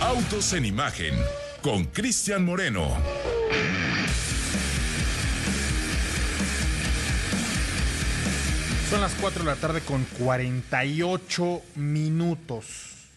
Autos en Imagen con Cristian Moreno. Son las 4 de la tarde con 48 minutos.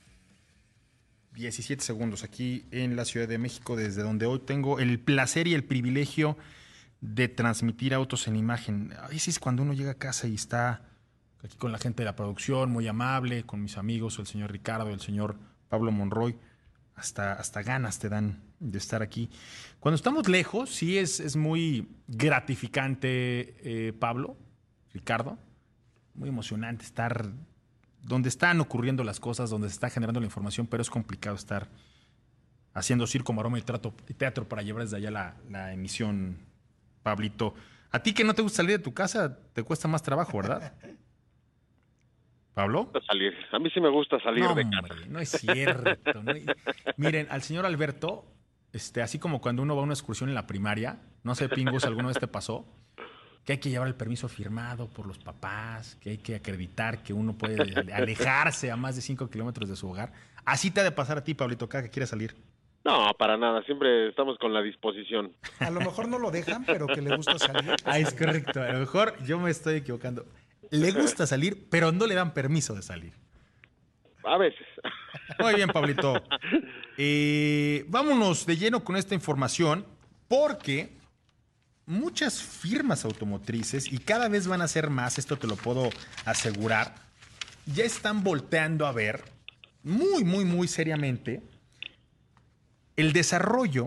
17 segundos aquí en la Ciudad de México, desde donde hoy tengo el placer y el privilegio de transmitir Autos en Imagen. A veces cuando uno llega a casa y está aquí con la gente de la producción, muy amable, con mis amigos, el señor Ricardo, el señor Pablo Monroy, hasta ganas te dan de estar aquí. Cuando estamos lejos, sí es muy gratificante, Pablo, Ricardo, muy emocionante estar donde están ocurriendo las cosas, donde se está generando la información, pero es complicado estar haciendo circo, maroma y teatro para llevar desde allá la emisión, Pablito. A ti que no te gusta salir de tu casa, te cuesta más trabajo, ¿verdad? ¿Pablo? Salir. A mí sí me gusta salir No, de hombre, casa. no es cierto. Miren, al señor Alberto, así como cuando uno va a una excursión en la primaria, no sé, Pingus, ¿alguna vez te pasó? Que hay que llevar el permiso firmado por los papás, que hay que acreditar que uno puede alejarse a más de 5 kilómetros de su hogar. Así te ha de pasar a ti, Pablito, cada que quieras salir. No, para nada. Siempre estamos con la disposición. A lo mejor no lo dejan, pero que le gusta salir. Ah, es correcto. A lo mejor yo me estoy equivocando. Le gusta salir, pero no le dan permiso de salir. A veces. Muy bien, Pablito. Vámonos de lleno con esta información, porque muchas firmas automotrices, y cada vez van a ser más, esto te lo puedo asegurar, ya están volteando a ver muy, muy, muy seriamente el desarrollo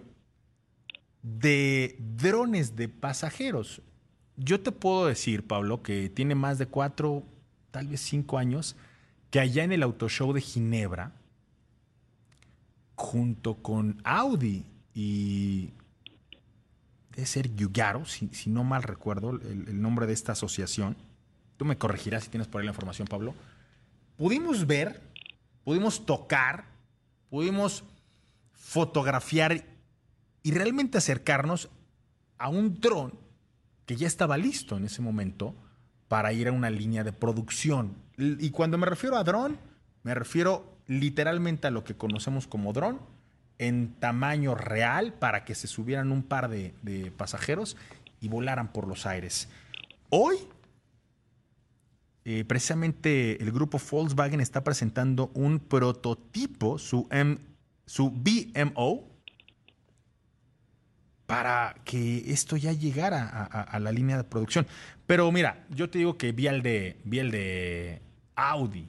de drones de pasajeros. Yo te puedo decir, Pablo, que tiene más de 4, tal vez 5 años, que allá en el Auto Show de Ginebra, junto con Audi y debe ser Giugiaro, si no mal recuerdo el nombre de esta asociación, tú me corregirás si tienes por ahí la información, Pablo, pudimos ver, pudimos tocar, pudimos fotografiar y realmente acercarnos a un dron que ya estaba listo en ese momento para ir a una línea de producción. Y cuando me refiero a dron, me refiero literalmente a lo que conocemos como dron, en tamaño real, para que se subieran un par de pasajeros y volaran por los aires. Hoy, precisamente el grupo Volkswagen está presentando un prototipo, su BMO, para que esto ya llegara a la línea de producción. Pero mira, yo te digo que vi el de Audi.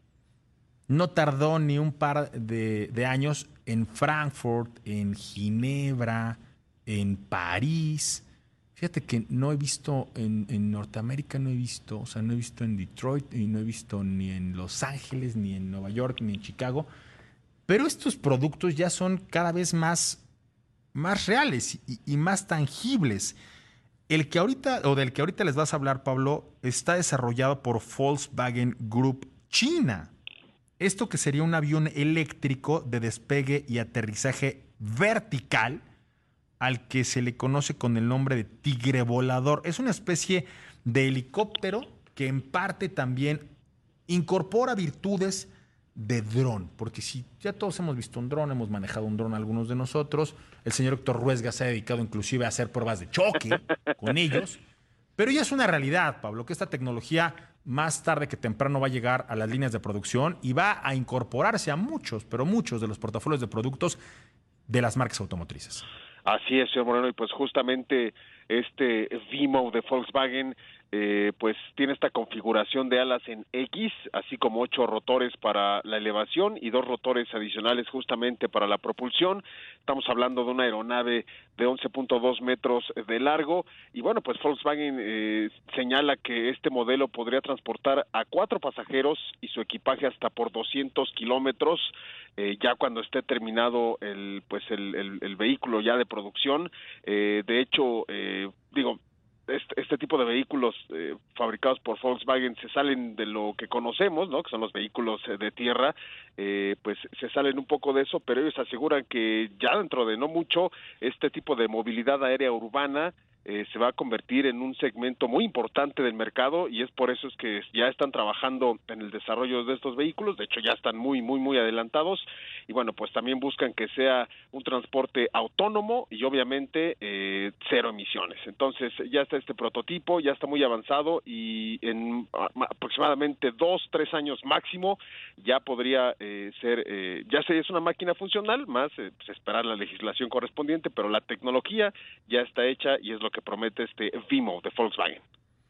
No tardó ni un par de años en Frankfurt, en Ginebra, en París. Fíjate que no he visto en Norteamérica, no he visto en Detroit, y no he visto ni en Los Ángeles, ni en Nueva York, ni en Chicago. Pero estos productos ya son cada vez más reales y más tangibles. Del que ahorita les vas a hablar, Pablo, está desarrollado por Volkswagen Group China. Esto que sería un avión eléctrico de despegue y aterrizaje vertical, al que se le conoce con el nombre de tigre volador. Es una especie de helicóptero que en parte también incorpora virtudes de dron, porque si ya todos hemos visto un dron, hemos manejado un dron algunos de nosotros, el señor Héctor Ruesga se ha dedicado inclusive a hacer pruebas de choque con ellos, pero ya es una realidad, Pablo, que esta tecnología más tarde que temprano va a llegar a las líneas de producción y va a incorporarse a muchos, pero muchos de los portafolios de productos de las marcas automotrices. Así es, señor Moreno, y pues justamente este VMO de Volkswagen pues tiene esta configuración de alas en X, así como 8 rotores para la elevación y 2 rotores adicionales justamente para la propulsión. Estamos hablando de una aeronave de 11.2 metros de largo y bueno, pues Volkswagen señala que este modelo podría transportar a 4 pasajeros y su equipaje hasta por 200 kilómetros ya cuando esté terminado el vehículo ya de producción. De hecho, este tipo de vehículos fabricados por Volkswagen se salen de lo que conocemos, ¿no? Que son los vehículos de tierra, pues se salen un poco de eso, pero ellos aseguran que ya dentro de no mucho este tipo de movilidad aérea urbana se va a convertir en un segmento muy importante del mercado, y es por eso es que ya están trabajando en el desarrollo de estos vehículos. De hecho ya están muy adelantados, y bueno, pues también buscan que sea un transporte autónomo y obviamente cero emisiones. Entonces ya está este prototipo, ya está muy avanzado, y en aproximadamente 2-3 años máximo ya podría ser, es una máquina funcional, más pues esperar la legislación correspondiente, pero la tecnología ya está hecha y es lo que promete este V-Move de Volkswagen.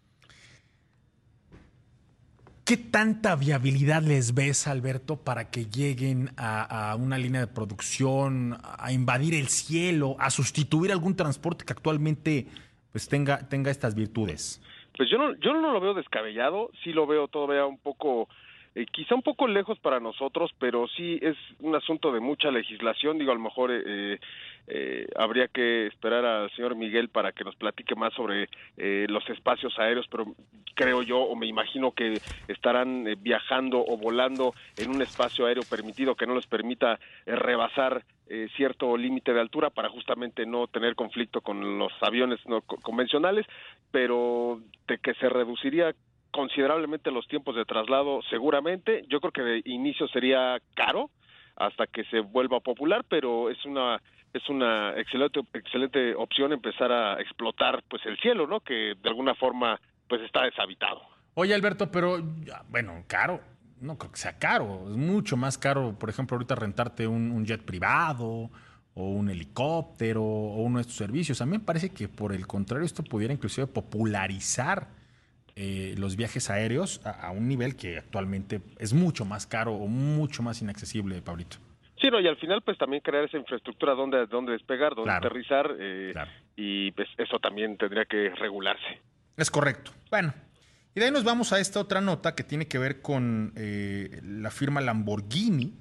¿Qué tanta viabilidad les ves, Alberto, para que lleguen a una línea de producción, a invadir el cielo, a sustituir algún transporte que actualmente pues tenga estas virtudes? Pues yo no lo veo descabellado, sí lo veo todavía un poco, quizá un poco lejos para nosotros, pero sí es un asunto de mucha legislación. Digo, a lo mejor habría que esperar al señor Miguel para que nos platique más sobre los espacios aéreos, pero creo yo, o me imagino que estarán viajando o volando en un espacio aéreo permitido que no les permita rebasar cierto límite de altura para justamente no tener conflicto con los aviones no convencionales, pero de que se reduciría considerablemente los tiempos de traslado, seguramente. Yo creo que de inicio sería caro hasta que se vuelva popular, pero es una excelente opción empezar a explotar pues el cielo, ¿no? Que de alguna forma pues está deshabitado. Oye, Alberto, pero bueno, caro. No creo que sea caro. Es mucho más caro, por ejemplo, ahorita rentarte un jet privado o un helicóptero o uno de estos servicios. A mí me parece que por el contrario esto pudiera inclusive popularizar los viajes aéreos a un nivel que actualmente es mucho más caro o mucho más inaccesible, Pablito. Sí, no, y al final pues también crear esa infraestructura donde despegar, donde aterrizar, y pues eso también tendría que regularse. Es correcto. Bueno, y de ahí nos vamos a esta otra nota que tiene que ver con la firma Lamborghini.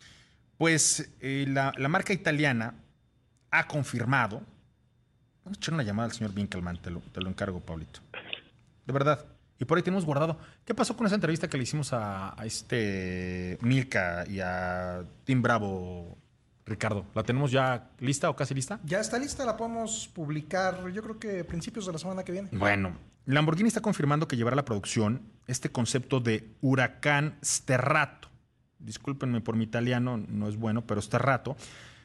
Pues la marca italiana ha confirmado. Vamos a echar una llamada al señor Winkelmann, te lo encargo, Pablito. De verdad. Y por ahí tenemos guardado. ¿Qué pasó con esa entrevista que le hicimos a este Milka y a Tim Bravo, Ricardo? ¿La tenemos ya lista o casi lista? Ya está lista, la podemos publicar yo creo que a principios de la semana que viene. Bueno, Lamborghini está confirmando que llevará a la producción este concepto de Huracán Sterrato. Discúlpenme por mi italiano, no es bueno, pero Sterrato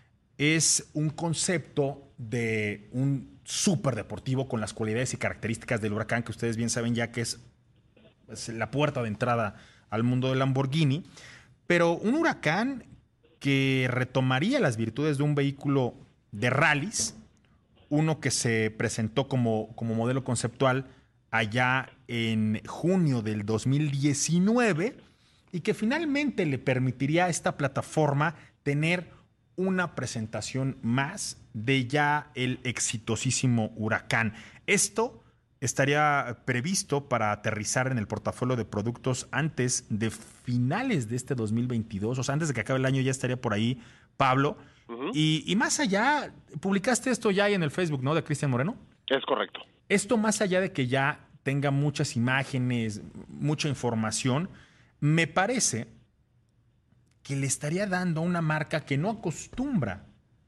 es un concepto de un superdeportivo con las cualidades y características del Huracán, que ustedes bien saben ya que es la puerta de entrada al mundo de Lamborghini, pero un Huracán que retomaría las virtudes de un vehículo de rallies, uno que se presentó como modelo conceptual allá en junio del 2019 y que finalmente le permitiría a esta plataforma tener una presentación más de ya el exitosísimo Huracán. Esto estaría previsto para aterrizar en el portafolio de productos antes de finales de este 2022, o sea, antes de que acabe el año ya estaría por ahí, Pablo. Uh-huh. Y más allá, publicaste esto ya ahí en el Facebook, ¿no? De Cristian Moreno. Es correcto. Esto más allá de que ya tenga muchas imágenes, mucha información, me parece que le estaría dando a una marca que no acostumbra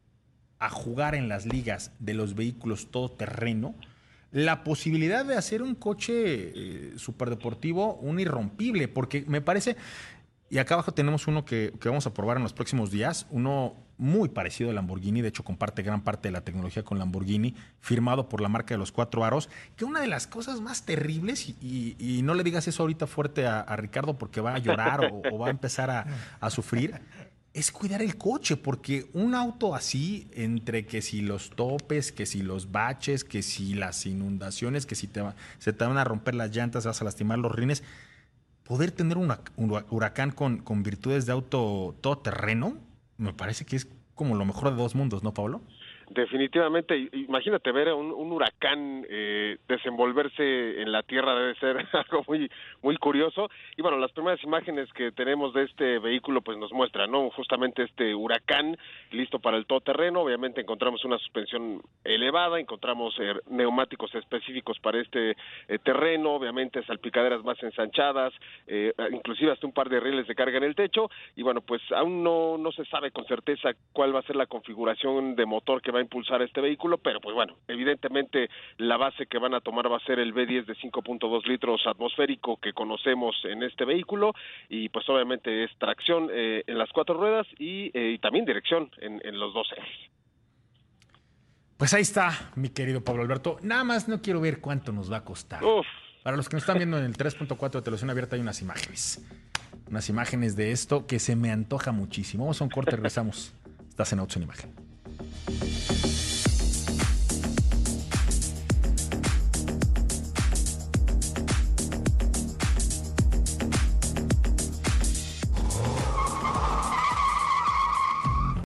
a jugar en las ligas de los vehículos todoterreno la posibilidad de hacer un coche superdeportivo, un irrompible, porque me parece, y acá abajo tenemos uno que vamos a probar en los próximos días, uno muy parecido a Lamborghini, de hecho comparte gran parte de la tecnología con Lamborghini, firmado por la marca de los 4 aros, que una de las cosas más terribles, y no le digas eso ahorita fuerte a Ricardo porque va a llorar o va a empezar a sufrir, es cuidar el coche, porque un auto así, entre que si los topes, que si los baches, que si las inundaciones, que si se te van a romper las llantas, vas a lastimar los rines, poder tener un Huracán con virtudes de auto todoterreno, me parece que es como lo mejor de dos mundos, ¿no, Pablo? Definitivamente, imagínate ver a un huracán desenvolverse en la tierra, debe ser algo muy curioso. Y bueno, las primeras imágenes que tenemos de este vehículo pues nos muestran, ¿no? Justamente este huracán listo para el todoterreno. Obviamente encontramos una suspensión elevada, encontramos neumáticos específicos para este terreno, obviamente salpicaderas más ensanchadas, inclusive hasta un par de rieles de carga en el techo. Y bueno, pues aún no se sabe con certeza cuál va a ser la configuración de motor que va va a impulsar este vehículo, pero pues bueno, evidentemente la base que van a tomar va a ser el V10 de 5.2 litros atmosférico que conocemos en este vehículo, y pues obviamente es tracción en las 4 ruedas y también dirección en los 2 ejes. Pues ahí está, mi querido Pablo Alberto. Nada más no quiero ver cuánto nos va a costar. Uf. Para los que nos están viendo en el 3.4 de televisión abierta hay unas imágenes. Unas imágenes de esto que se me antoja muchísimo. Vamos a un corte, regresamos. Estás en Autos en Imagen.